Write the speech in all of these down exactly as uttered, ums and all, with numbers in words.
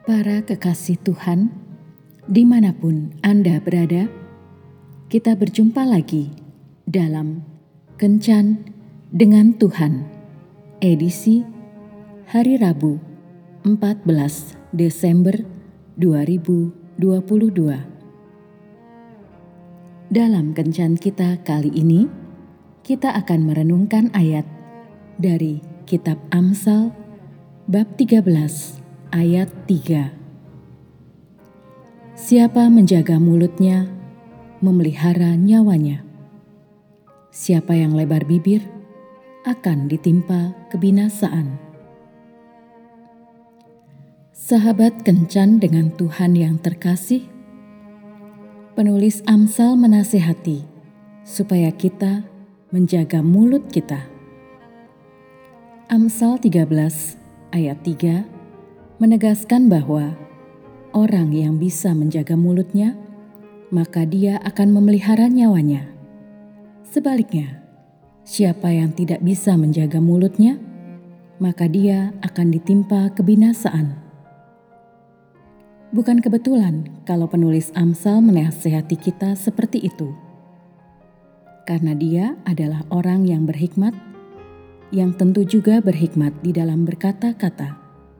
Para kekasih Tuhan, dimanapun Anda berada, kita berjumpa lagi dalam Kencan dengan Tuhan, edisi hari Rabu empat belas Desember dua ribu dua puluh dua. Dalam Kencan kita kali ini, kita akan merenungkan ayat dari Kitab Amsal bab tiga belas ayat tiga. Siapa menjaga mulutnya, memelihara nyawanya. Siapa yang lebar bibir, akan ditimpa kebinasaan. Sahabat Kencan dengan Tuhan yang terkasih, penulis Amsal menasihati supaya kita menjaga mulut kita. Amsal tiga belas ayat tiga menegaskan bahwa orang yang bisa menjaga mulutnya, maka dia akan memelihara nyawanya. Sebaliknya, siapa yang tidak bisa menjaga mulutnya, maka dia akan ditimpa kebinasaan. Bukan kebetulan kalau penulis Amsal menasihati kita seperti itu, karena dia adalah orang yang berhikmat, yang tentu juga berhikmat di dalam berkata-kata.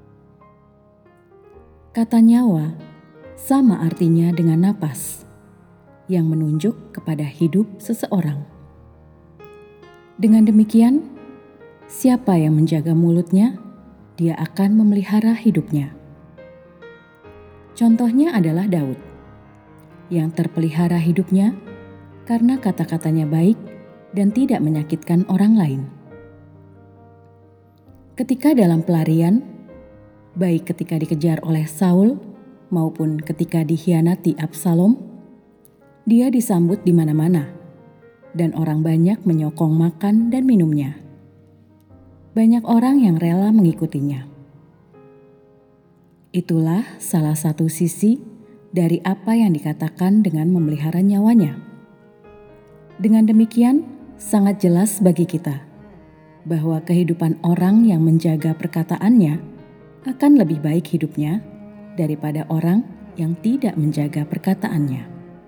Kata nyawa sama artinya dengan napas yang menunjuk kepada hidup seseorang. Dengan demikian, siapa yang menjaga mulutnya, dia akan memelihara hidupnya. Contohnya adalah Daud, yang terpelihara hidupnya karena kata-katanya baik dan tidak menyakitkan orang lain. Ketika dalam pelarian, baik ketika dikejar oleh Saul maupun ketika dikhianati Absalom, dia disambut di mana-mana dan orang banyak menyokong makan dan minumnya. Banyak orang yang rela mengikutinya. Itulah salah satu sisi dari apa yang dikatakan dengan memelihara nyawanya. Dengan demikian, sangat jelas bagi kita bahwa kehidupan orang yang menjaga perkataannya akan lebih baik hidupnya daripada orang yang tidak menjaga perkataannya.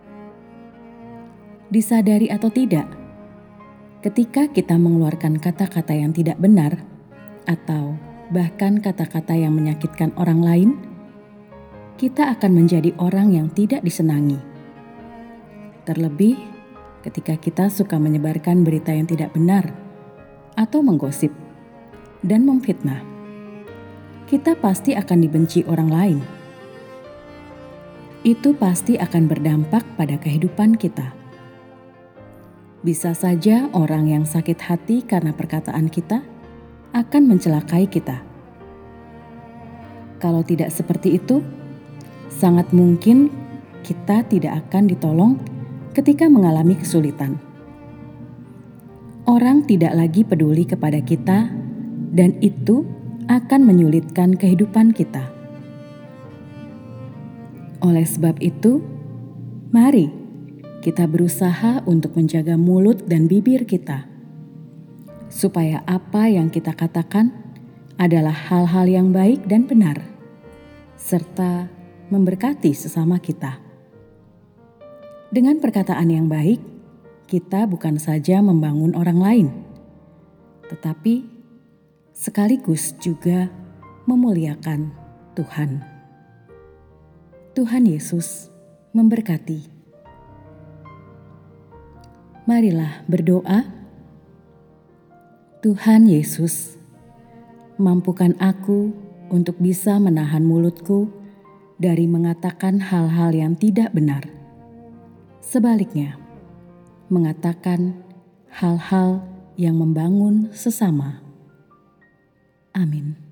Disadari atau tidak, ketika kita mengeluarkan kata-kata yang tidak benar atau bahkan kata-kata yang menyakitkan orang lain, kita akan menjadi orang yang tidak disenangi. Terlebih ketika kita suka menyebarkan berita yang tidak benar atau menggosip dan memfitnah, kita pasti akan dibenci orang lain. Itu pasti akan berdampak pada kehidupan kita. Bisa saja orang yang sakit hati karena perkataan kita akan mencelakai kita. Kalau tidak seperti itu, sangat mungkin kita tidak akan ditolong ketika mengalami kesulitan. Orang tidak lagi peduli kepada kita, dan itu akan menyulitkan kehidupan kita. Oleh sebab itu, mari kita berusaha untuk menjaga mulut dan bibir kita, supaya apa yang kita katakan adalah hal-hal yang baik dan benar, serta memberkati sesama kita. Dengan perkataan yang baik, kita bukan saja membangun orang lain, tetapi sekaligus juga memuliakan Tuhan. Tuhan Yesus memberkati. Marilah berdoa. Tuhan Yesus, mampukan aku untuk bisa menahan mulutku dari mengatakan hal-hal yang tidak benar. Sebaliknya, mengatakan hal-hal yang membangun sesama. Amin.